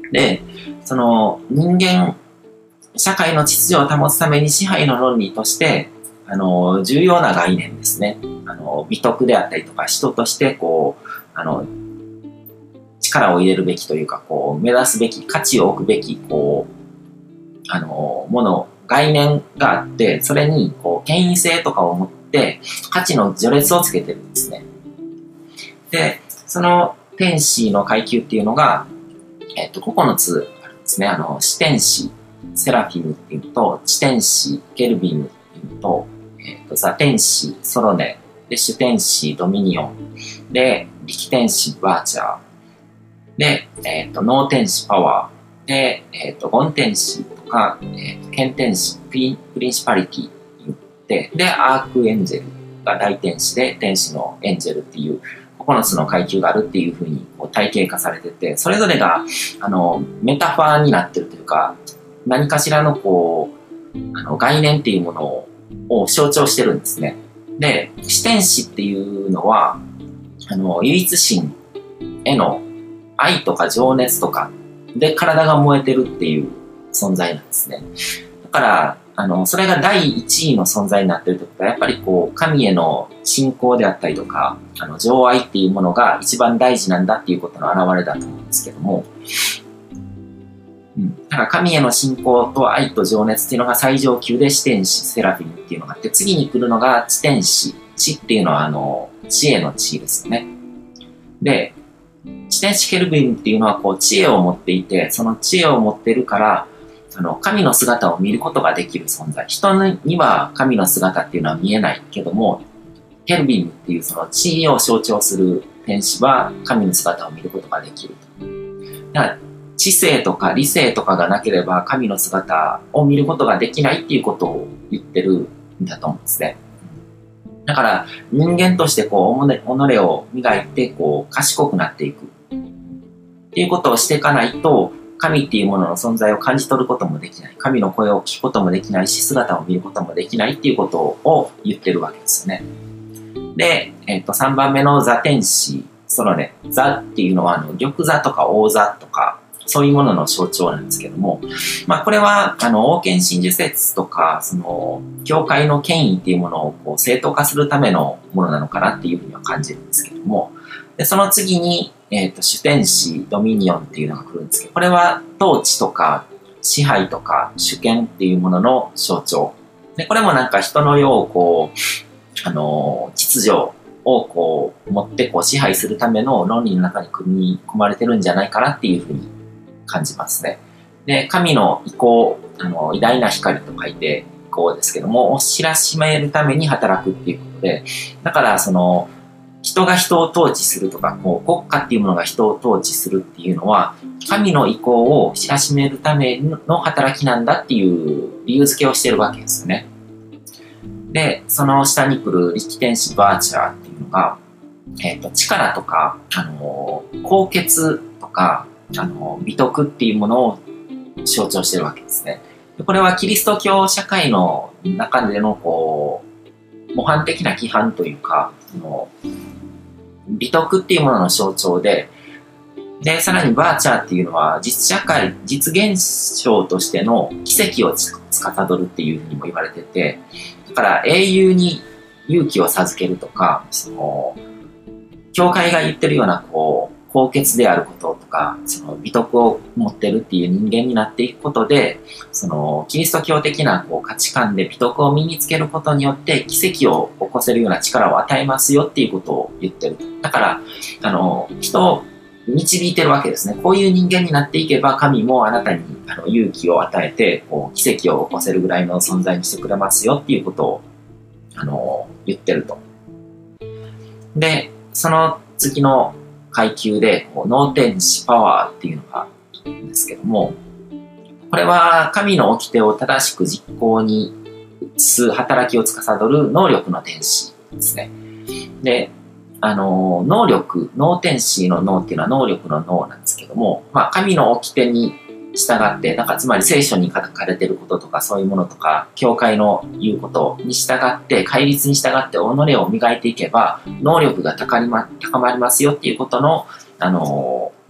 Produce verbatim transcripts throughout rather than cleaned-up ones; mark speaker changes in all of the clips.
Speaker 1: で、その人間、社会の秩序を保つために支配の論理として、あの、重要な概念ですね。あの、美徳であったりとか、人として、こう、あの、力を入れるべきというか、こう、目指すべき、価値を置くべき、こう、あの、もの、概念があって、それに、こう、権威性とかを持って、価値の序列をつけてるんですね。で、その天使の階級っていうのが、えっと、ここのつあるんですね。あの、四天使、セラフィムっていうのと、地天使、ケルビムっていうのと、えっと、座天使、ソロネ、で、主天使、ドミニオン、で、力天使、バーチャー、で、えっと、脳天使、パワー、で、えっと、ゴン天使とか、えっと、ケン天使、プリン、プリンシパリティって言って、で、アークエンジェルが大天使で、天使のエンジェルっていう、ここのつの階級があるっていうふうにこう体系化されてて、それぞれが、あの、メタファーになってるというか、何かしらのこう、あの、概念っていうものを、を象徴してるんですね。で、四天使っていうのは、あの、唯一神への愛とか情熱とかで体が燃えてるっていう存在なんですね。だから、あの、それが第一位の存在になってるということは、やっぱりこう、神への信仰であったりとか、あの、情愛っていうものが一番大事なんだっていうことの表れだと思うんですけども、うん。だから神への信仰と愛と情熱っていうのが最上級で四天使、セラフィムっていうのがあって、次に来るのが地天使。地っていうのは、あの、知恵の知ですよね。で、地天使ケルビンっていうのはこう知恵を持っていて、その知恵を持ってるから、あの神の姿を見ることができる存在。人には神の姿っていうのは見えないけども、ケルビンっていうその知恵を象徴する天使は神の姿を見ることができる。だから知性とか理性とかがなければ神の姿を見ることができないっていうことを言ってるんだと思うんですね。だから人間としてこう己を磨いてこう賢くなっていくっていうことをしていかないと、神っていうものの存在を感じ取ることもできない。神の声を聞くこともできないし、姿を見ることもできないっていうことを言ってるわけですよね。で、えっと、さんばんめの座天使、そのね、座っていうのはあの玉座とか王座とか、そういうものの象徴なんですけども、まあこれは、あの、王権真珠説とか、その、教会の権威っていうものをこう正当化するためのものなのかなっていうふうには感じるんですけども、でその次に、えっと、主天使、ドミニオンっていうのが来るんですけど、これは統治とか支配とか主権っていうものの象徴。で、これもなんか人の世をこう、あの、秩序をこう、持ってこう支配するための論理の中に組み込まれてるんじゃないかなっていうふうに感じますね。で、神の意向、あの、偉大な光と書いて意向ですけども、を知らしめるために働くっていうことで、だからその、人が人を統治するとか、こう国家っていうものが人を統治するっていうのは、神の意向を知らしめるための働きなんだっていう理由付けをしてるわけですよね。で、その下に来る力天使バーチャーっていうのが、えっと、力とか、あの、高潔とか、あの、美徳っていうものを象徴してるわけですね。でこれはキリスト教社会の中での、こう、模範的な規範というか、その美徳っていうものの象徴で、で、さらにバーチャーっていうのは実社会、実現象としての奇跡をつ司るっていうふうにも言われてて、だから英雄に勇気を授けるとか、その、教会が言ってるような、こう、高潔であることとか、その美徳を持ってるっていう人間になっていくことで、そのキリスト教的なこう価値観で美徳を身につけることによって奇跡を起こせるような力を与えますよっていうことを言ってる。だから、あの、人を導いてるわけですね。こういう人間になっていけば神もあなたにあの勇気を与えて、こう奇跡を起こせるぐらいの存在にしてくれますよっていうことを、あの、言ってると。で、その次の階級で、こう脳天使パワーっていうのがあるんですけども、これは神の掟を正しく実行に移す働きを司る能力の天使ですね。で、あの、能力、脳天使の脳っていうのは能力の脳なんですけども、まあ神の掟に従って、なんかつまり聖書に書かれていることとかそういうものとか、教会の言うことに従って、戒律に従って己を磨いていけば、能力が高まりますよっていうことの、あの、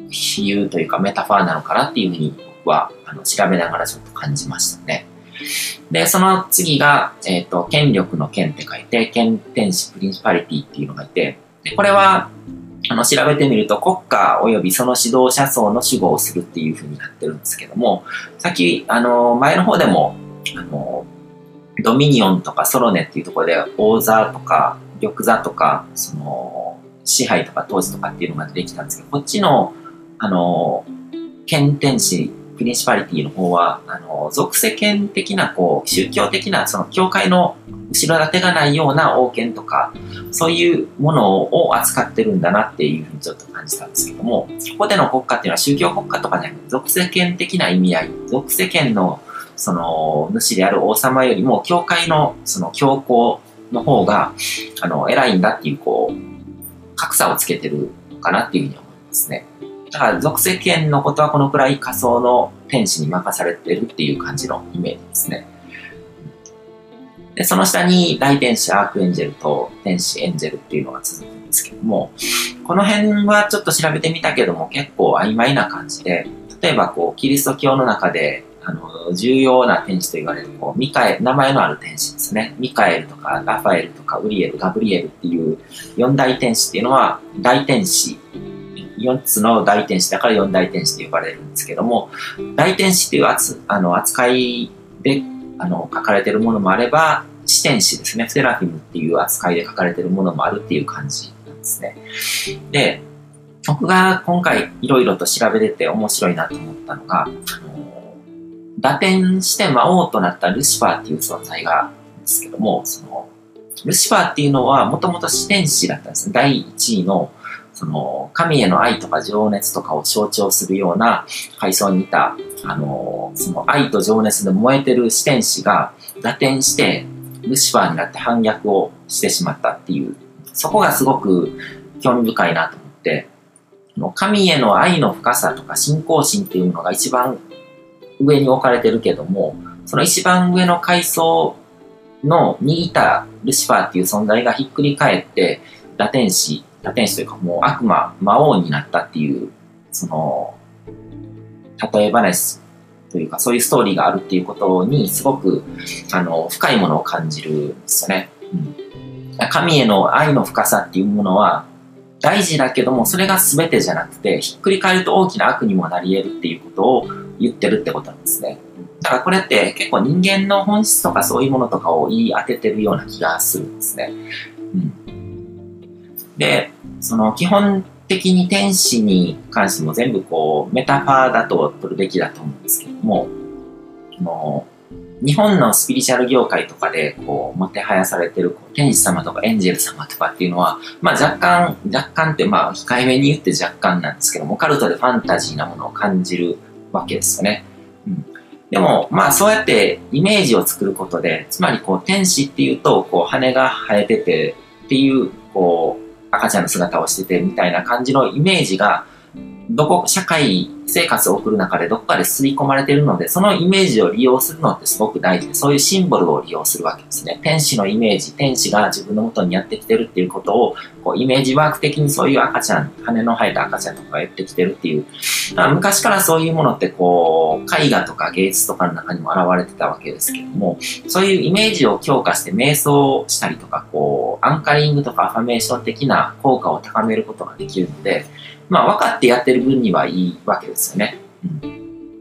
Speaker 1: 比喩というかメタファーなのかなっていうふうに僕はあの調べながらちょっと感じましたね。で、その次が、えっと、権力の権って書いて、権天使プリンシパリティっていうのがいて、でこれは、あの、調べてみると国家及びその指導者層の守護をするっていう風になってるんですけども、さっき、あの、前の方でも、あの、ドミニオンとかソロネっていうところで王座とか玉座とか、その、支配とか統治とかっていうのが出てきたんですけど、こっちの、あの、権天使、プリンシパリティの方は、あの、属世権的な、こう、宗教的な、その、教会の後ろ盾がないような王権とか、そういうものを扱ってるんだなっていうふうにちょっと感じたんですけども、ここでの国家っていうのは宗教国家とかじゃなくて、属世権的な意味合い、属世権の、その、主である王様よりも、教会の、その、教皇の方が、あの、偉いんだっていう、こう、格差をつけてるのかなっていうふうに思いますね。だから属世権のことはこのくらい仮想の天使に任されてるっていう感じのイメージですね。で、その下に大天使、アークエンジェルと天使、エンジェルっていうのが続くんですけども、この辺はちょっと調べてみたけども結構曖昧な感じで、例えばこうキリスト教の中であの重要な天使と言われるこうミカエル、名前のある天使ですね。ミカエルとかラファエルとかウリエル、ガブリエルっていう四大天使っていうのは大天使、よっつの大天使だから四大天使と呼ばれるんですけども、大天使っていう扱あの扱いであの書かれているものもあれば、四天使ですね、セラフィムっていう扱いで書かれているものもあるっていう感じなんですね。で、僕が今回いろいろと調べてて面白いなと思ったのが、あの打点して魔王となったルシファーっていう存在があるんですけども、そのルシファーっていうのはもともと四天使だったんですね。だいいちいのその神への愛とか情熱とかを象徴するような階層にいた、あのその愛と情熱で燃えてる四天使が打点してルシファーになって反逆をしてしまったっていう、そこがすごく興味深いなと思って、神への愛の深さとか信仰心っていうものが一番上に置かれてるけども、その一番上の階層のにいたルシファーっていう存在がひっくり返って打天使打天使というかもう悪魔、魔王になったっていう、その、例え話というかそういうストーリーがあるっていうことにすごく、あの、深いものを感じるんですよね。うん、神への愛の深さっていうものは大事だけども、それが全てじゃなくて、ひっくり返ると大きな悪にもなり得るっていうことを言ってるってことなんですね。だからこれって結構人間の本質とかそういうものとかを言い当ててるような気がするんですね。うんで、その基本的に天使に関しても全部こうメタファーだと取るべきだと思うんですけども、あの日本のスピリチュアル業界とかでこうもてはやされてるこう天使様とかエンジェル様とかっていうのは、まあ若干、若干ってまあ控えめに言って若干なんですけども、オカルトでファンタジーなものを感じるわけですよね。うん、でもまあそうやってイメージを作ることで、つまりこう天使っていうとこう羽が生えててっていうこう赤ちゃんの姿をしててみたいな感じのイメージがどこ社会生活を送る中でどこかで刷り込まれているので、そのイメージを利用するのってすごく大事で、そういうシンボルを利用するわけですね。天使のイメージ、天使が自分の元にやってきてるっていうことをこうイメージワーク的にそういう赤ちゃん、羽の生えた赤ちゃんとかがやってきてるっていう、昔からそういうものってこう絵画とか芸術とかの中にも現れてたわけですけども、そういうイメージを強化して瞑想したりとかこうアンカリングとかアファメーション的な効果を高めることができるので、まあ分かってやってる分にはいいわけですよね。うん、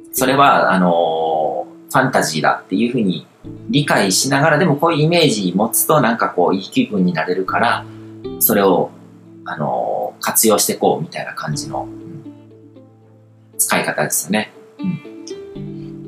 Speaker 1: それはあのー、ファンタジーだっていうふうに理解しながら、でもこういうイメージ持つとなんかこういい気分になれるから、それをあのー、活用していこうみたいな感じの、うん、使い方ですよね。うん、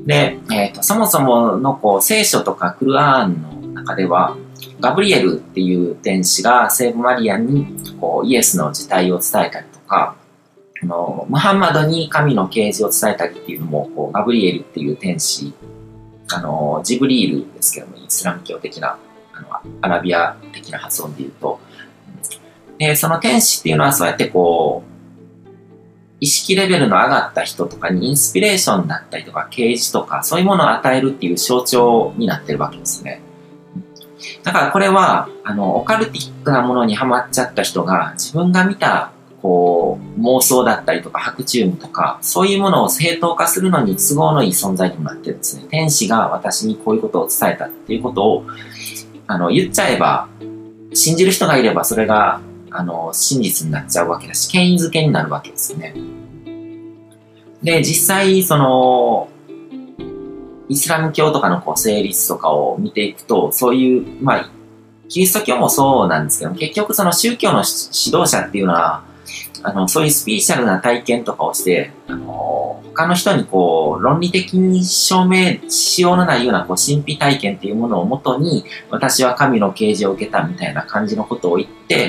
Speaker 1: で、えーと、そもそものこう聖書とかクルアーンの中では、ガブリエルっていう天使が聖母マリアにこうイエスの辞退を伝えたりとか、あのムハンマドに神の啓示を伝えたりっていうのもこうガブリエルっていう天使、あのジブリールですけども、イスラム教的なあのアラビア的な発音で言うと、でその天使っていうのはそうやってこう意識レベルの上がった人とかにインスピレーションだったりとか啓示とかそういうものを与えるっていう象徴になってるわけですね。だからこれはあのオカルティックなものにハマっちゃった人が自分が見たこう、妄想だったりとか、白チュームとか、そういうものを正当化するのに都合のいい存在にもなってるんですね。天使が私にこういうことを伝えたっていうことを、あの、言っちゃえば、信じる人がいればそれが、あの、真実になっちゃうわけだし、権威づけになるわけですよね。で、実際、その、イスラム教とかのこう成立とかを見ていくと、そういう、まあ、キリスト教もそうなんですけど、結局その宗教の指導者っていうのは、あの、そういうスピリチュアルな体験とかをして、あの、他の人にこう、論理的に証明しようのないような、こう、神秘体験っていうものをもとに、私は神の啓示を受けたみたいな感じのことを言って、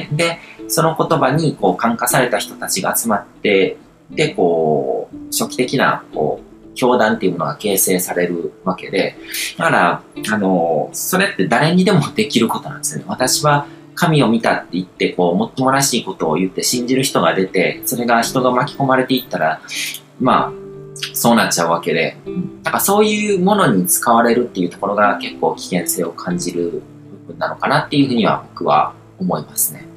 Speaker 1: で、その言葉に、こう、感化された人たちが集まって、で、こう、初期的な、こう、教団っていうものが形成されるわけで、だから、あの、それって誰にでもできることなんですよね。私は、神を見たって言って、こう、もっともらしいことを言って信じる人が出て、それが人が巻き込まれていったら、まあ、そうなっちゃうわけで、だからそういうものに使われるっていうところが結構危険性を感じる部分なのかなっていうふうには僕は思いますね。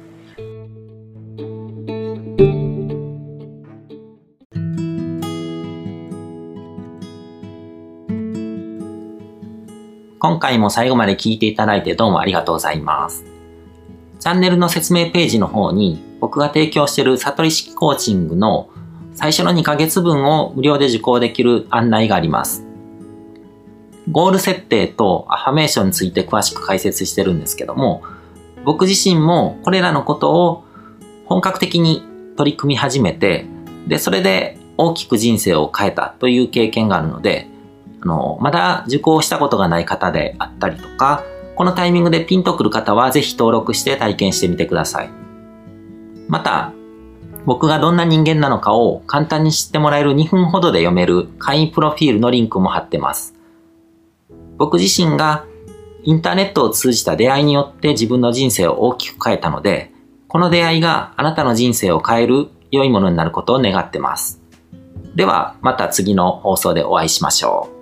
Speaker 1: 今回も最後まで聞いていただいてどうもありがとうございます。チャンネルの説明ページの方に僕が提供している悟り式コーチングの最初のにかげつぶんを無料で受講できる案内があります。ゴール設定とアファメーションについて詳しく解説してるんですけども、僕自身もこれらのことを本格的に取り組み始めて、で、それで大きく人生を変えたという経験があるので、あの、まだ受講したことがない方であったりとか、このタイミングでピンとくる方はぜひ登録して体験してみてください。また、僕がどんな人間なのかを簡単に知ってもらえるにふんほどで読める会員プロフィールのリンクも貼ってます。僕自身がインターネットを通じた出会いによって自分の人生を大きく変えたので、この出会いがあなたの人生を変える良いものになることを願ってます。ではまた次の放送でお会いしましょう。